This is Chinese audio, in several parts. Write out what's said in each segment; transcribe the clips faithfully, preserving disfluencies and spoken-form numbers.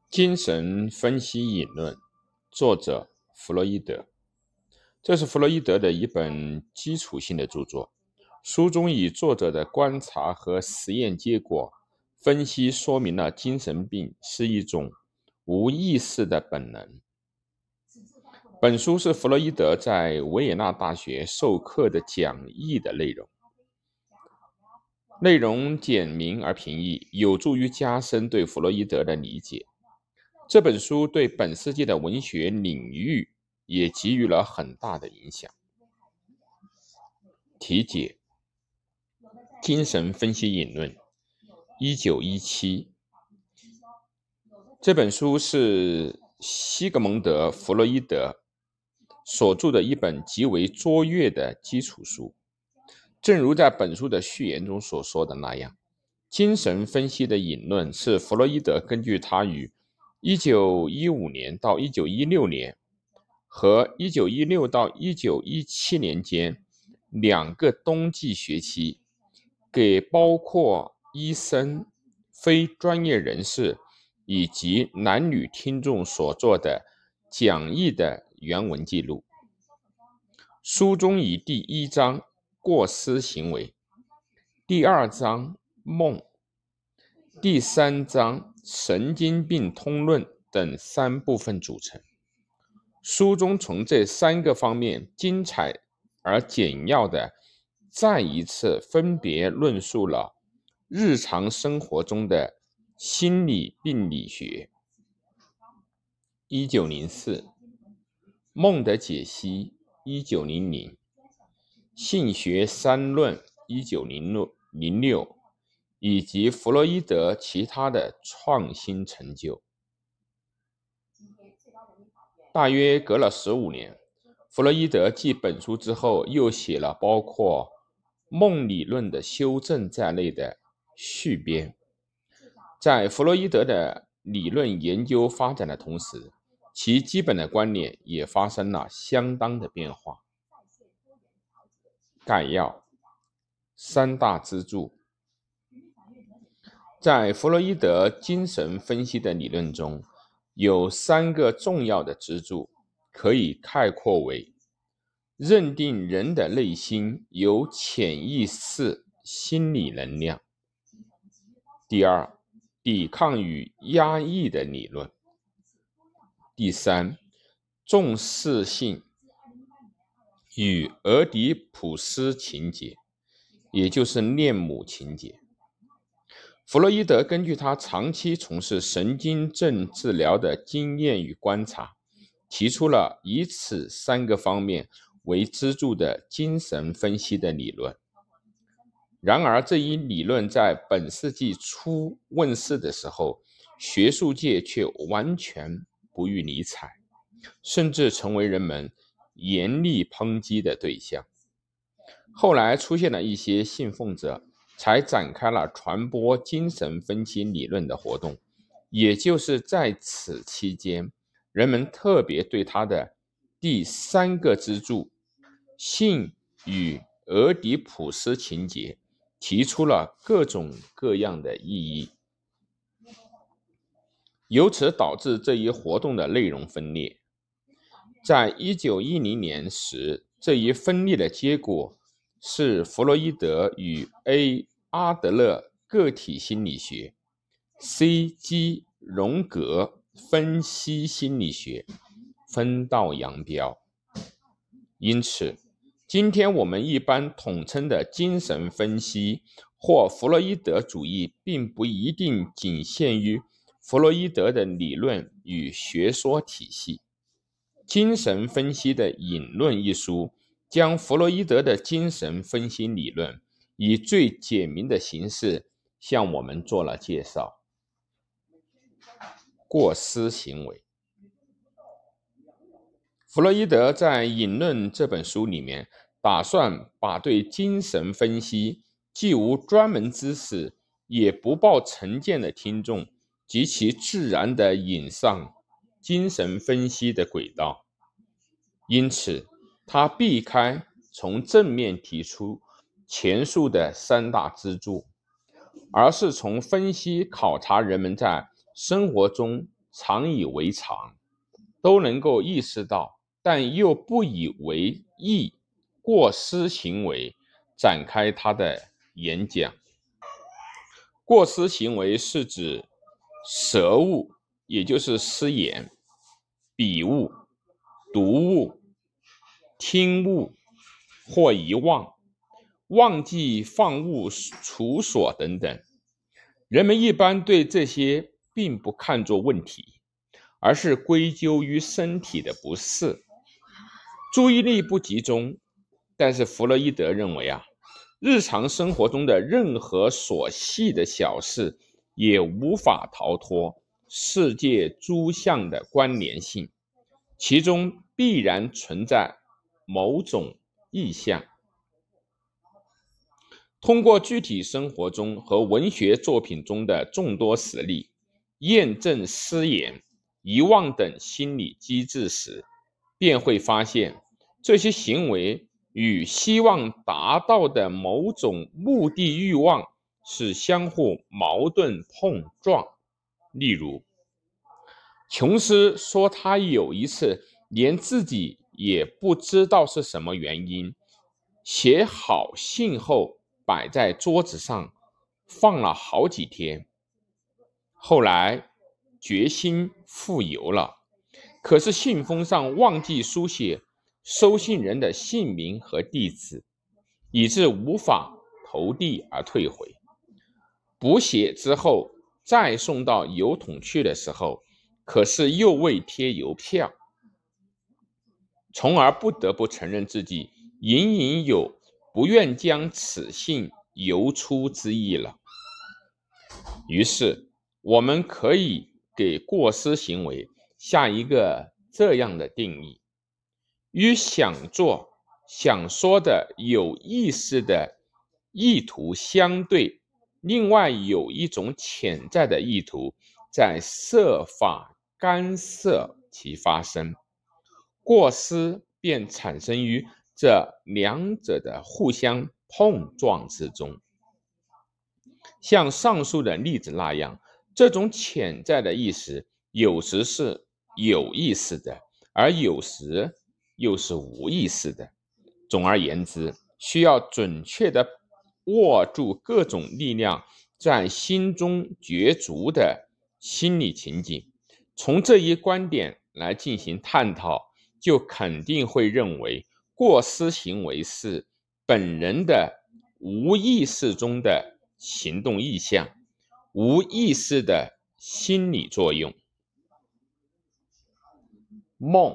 精神分析引论，作者弗洛伊德。这是弗洛伊德的一本基础性的著作，书中以作者的观察和实验结果分析说明了精神病是一种无意识的本能。本书是弗洛伊德在维也纳大学授课的讲义的内容，内容简明而平易，有助于加深对弗洛伊德的理解。这本书对本世纪的文学领域也给予了很大的影响。题解：精神分析引论，一九一七。这本书是西格蒙德·弗洛伊德所著的一本极为卓越的基础书。正如在本书的序言中所说的那样，精神分析的引论是弗洛伊德根据他于一九一五年到一九一六年和一九一六到一九一七年间两个冬季学期，给包括医生、非专业人士以及男女听众所做的讲义的原文记录。书中以第一章过失行为、第二章梦、第三章神经病通论等三部分组成。书中从这三个方面精彩而简要的再一次分别论述了日常生活中的心理病理学。一九零四，梦的解析一九零零，性学三论一九零六，以及弗洛伊德其他的创新成就。大约隔了十五年，弗洛伊德继本书之后又写了包括梦理论的修正在内的续编。在弗洛伊德的理论研究发展的同时，其基本的观念也发生了相当的变化。概要：三大支柱。在弗洛伊德精神分析的理论中，有三个重要的支柱，可以概括为：认定人的内心有潜意识心理能量；第二，抵抗与压抑的理论；第三，重视性与俄狄浦斯情节，也就是恋母情节。弗洛伊德根据他长期从事神经症治疗的经验与观察，提出了以此三个方面为支柱的精神分析的理论。然而，这一理论在本世纪初问世的时候，学术界却完全不予理睬，甚至成为人们严厉抨击的对象。后来出现了一些信奉者，才展开了传播精神分析理论的活动。也就是在此期间，人们特别对他的第三个支柱性与俄狄浦斯情节提出了各种各样的异议，由此导致这一活动的内容分裂。在一九一零年时，这一分裂的结果是弗洛伊德与 A. 阿德勒个体心理学、C. G. 荣格分析心理学分道扬镳。因此，今天我们一般统称的精神分析或弗洛伊德主义，并不一定仅限于弗洛伊德的理论与学说体系。精神分析的引论一书将弗洛伊德的精神分析理论以最简明的形式向我们做了介绍。过失行为。弗洛伊德在引论这本书里面，打算把对精神分析既无专门知识也不抱成见的听众极其自然地引上精神分析的轨道。因此，他避开从正面提出前述的三大支柱，而是从分析考察人们在生活中常以为常，都能够意识到，但又不以为意过失行为展开他的演讲。过失行为是指舌误，也就是失言、笔误、读误、听误或遗忘、忘记放物处所等等。人们一般对这些并不看作问题，而是归咎于身体的不适，注意力不集中。但是弗洛伊德认为啊，日常生活中的任何琐细的小事也无法逃脱世界诸相的关联性，其中必然存在某种意象。通过具体生活中和文学作品中的众多实例，验证失言、遗忘等心理机制时，便会发现这些行为与希望达到的某种目的欲望是相互矛盾碰撞。例如，琼斯说他有一次连自己也不知道是什么原因，写好信后摆在桌子上放了好几天，后来决心复邮了，可是信封上忘记书写收信人的姓名和地址，以致无法投递而退回。补写之后再送到邮筒去的时候，可是又未贴邮票，从而不得不承认自己隐隐有不愿将此信邮出之意了。于是我们可以给过失行为下一个这样的定义：与想做想说的有意识的意图相对，另外有一种潜在的意图在设法干涉其发生，过失便产生于这两者的互相碰撞之中。像上述的例子那样，这种潜在的意识有时是有意识的，而有时又是无意识的。总而言之，需要准确地握住各种力量在心中角逐的心理情景。从这一观点来进行探讨，就肯定会认为过失行为是本人的无意识中的行动意向，无意识的心理作用。梦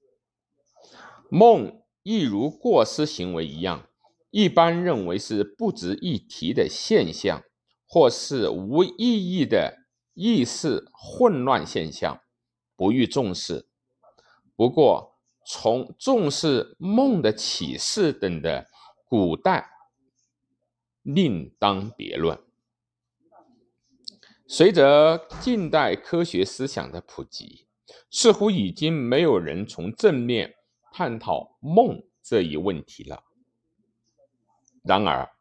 梦亦如过失行为一样，一般认为是不值一提的现象，或是无意义的意识混乱现象，不予重视。不过，从重视梦的启示等的古代另当别论。随着近代科学思想的普及，似乎已经没有人从正面探讨梦这一问题了。然而，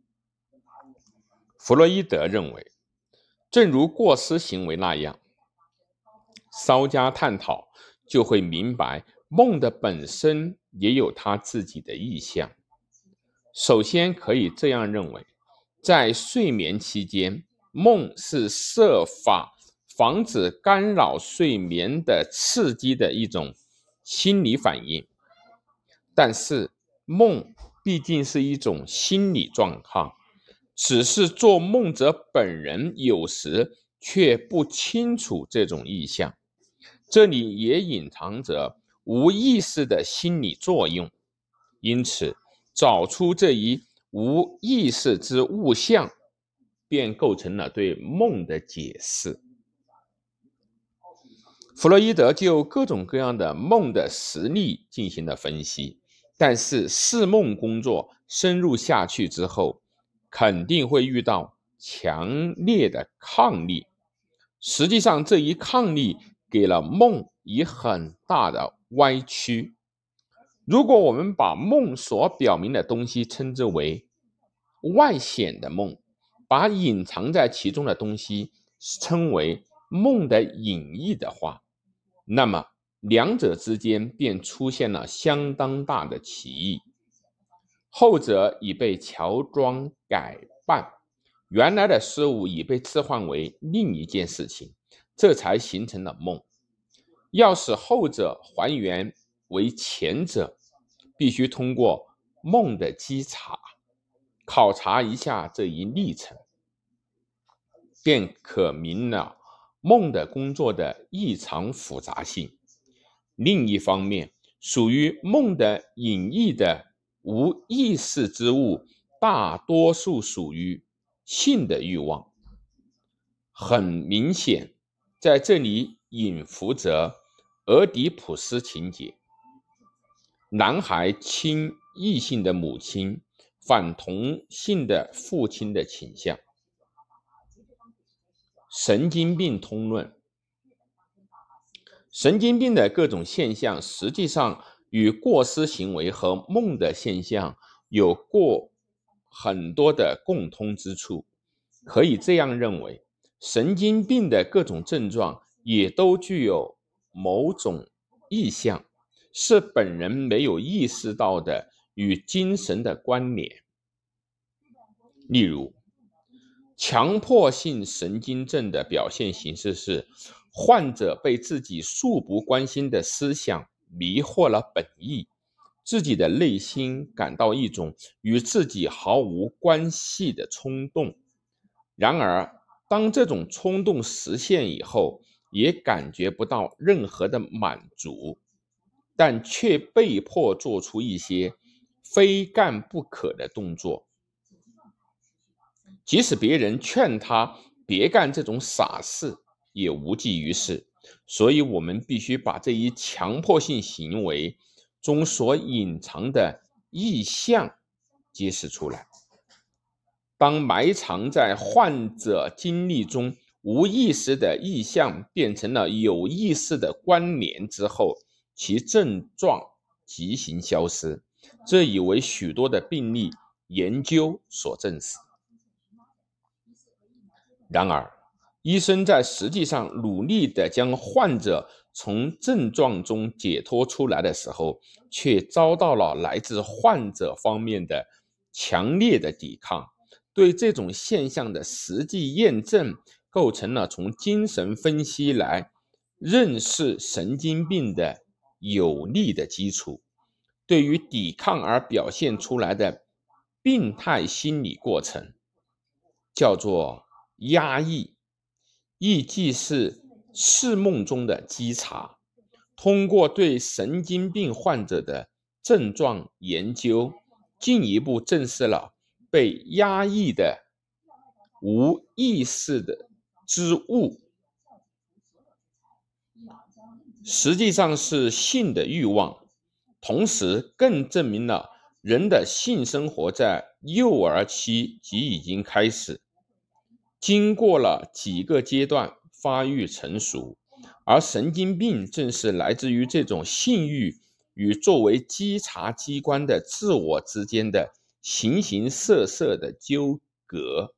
弗洛伊德认为，正如过失行为那样，稍加探讨就会明白梦的本身也有它自己的意象。首先可以这样认为，在睡眠期间，梦是设法防止干扰睡眠的刺激的一种心理反应。但是梦毕竟是一种心理状况，只是做梦者本人有时却不清楚这种意象，这里也隐藏着无意识的心理作用。因此找出这一无意识之物象，便构成了对梦的解释。弗洛伊德就各种各样的梦的实例进行了分析，但是释梦工作深入下去之后，肯定会遇到强烈的抗力。实际上，这一抗力给了梦以很大的歪曲。如果我们把梦所表明的东西称之为外显的梦，把隐藏在其中的东西称为梦的隐逸的话，那么两者之间便出现了相当大的歧义。后者已被乔装改扮，原来的事物已被置换为另一件事情，这才形成了梦。要使后者还原为前者，必须通过梦的稽查，考察一下这一历程，便可明了梦的工作的异常复杂性。另一方面，属于梦的隐逸的无意识之物，大多数属于性的欲望。很明显，在这里隐伏着俄狄浦斯情节，男孩亲异性的母亲，反同性的父亲的倾向。神经病通论，神经病的各种现象实际上与过失行为和梦的现象有过很多的共通之处。可以这样认为，神经病的各种症状也都具有某种意向，是本人没有意识到的与精神的关联。例如，强迫性神经症的表现形式是，患者被自己素不关心的思想迷惑了本意，自己的内心感到一种与自己毫无关系的冲动。然而，当这种冲动实现以后，也感觉不到任何的满足，但却被迫做出一些非干不可的动作。即使别人劝他别干这种傻事，也无济于事。所以我们必须把这一强迫性行为中所隐藏的意向揭示出来。当埋藏在患者经历中无意识的意向变成了有意识的关联之后，其症状即行消失。这已为许多的病例研究所证实。然而，医生在实际上努力地将患者从症状中解脱出来的时候，却遭到了来自患者方面的强烈的抵抗。对这种现象的实际验证，构成了从精神分析来认识神经病的有力的基础。对于抵抗而表现出来的病态心理过程，叫做压抑，亦即是释梦中的稽查。通过对神经病患者的症状研究，进一步证实了被压抑的无意识的之物实际上是性的欲望，同时更证明了人的性生活在幼儿期即已经开始，经过了几个阶段发育成熟，而神经病正是来自于这种性欲与作为稽查机关的自我之间的形形色色的纠葛。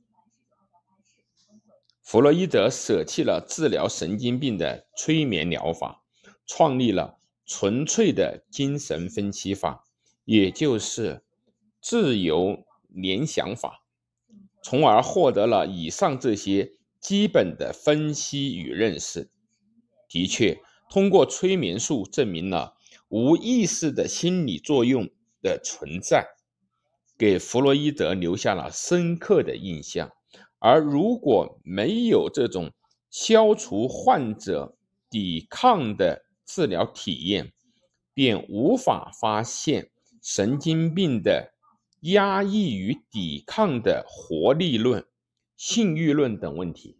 弗洛伊德舍弃了治疗神经病的催眠疗法，创立了纯粹的精神分析法，也就是自由联想法，从而获得了以上这些基本的分析与认识。的确，通过催眠术证明了无意识的心理作用的存在，给弗洛伊德留下了深刻的印象。而如果没有这种消除患者抵抗的治疗体验，便无法发现神经病的压抑与抵抗的活力论、性欲论等问题。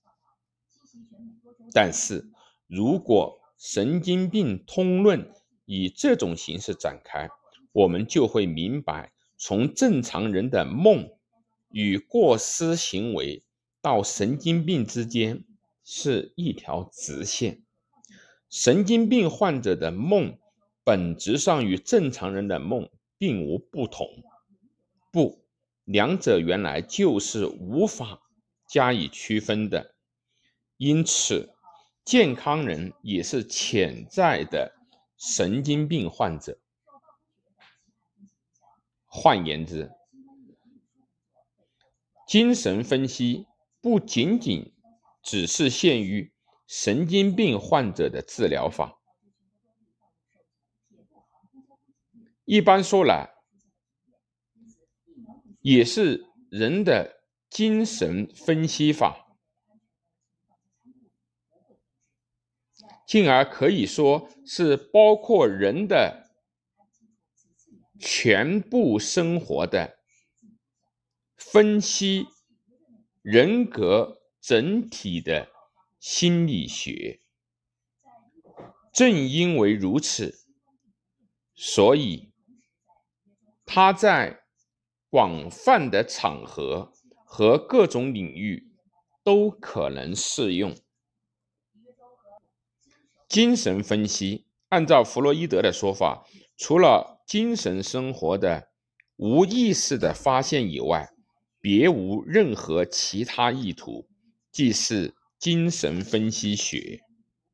但是，如果神经病通论以这种形式展开，我们就会明白，从正常人的梦与过失行为到神经病之间是一条直线。神经病患者的梦本质上与正常人的梦并无不同，不，两者原来就是无法加以区分的。 因此，健康人也是潜在的神经病患者。换言之，精神分析不仅仅只是限于神经病患者的治疗法。一般说来，也是人的精神分析法，进而可以说是包括人的全部生活的分析人格整体的心理学。正因为如此，所以它在广泛的场合和各种领域都可能适用。精神分析，按照弗洛伊德的说法，除了精神生活的无意识的发现以外，别无任何其他意图，即是精神分析学。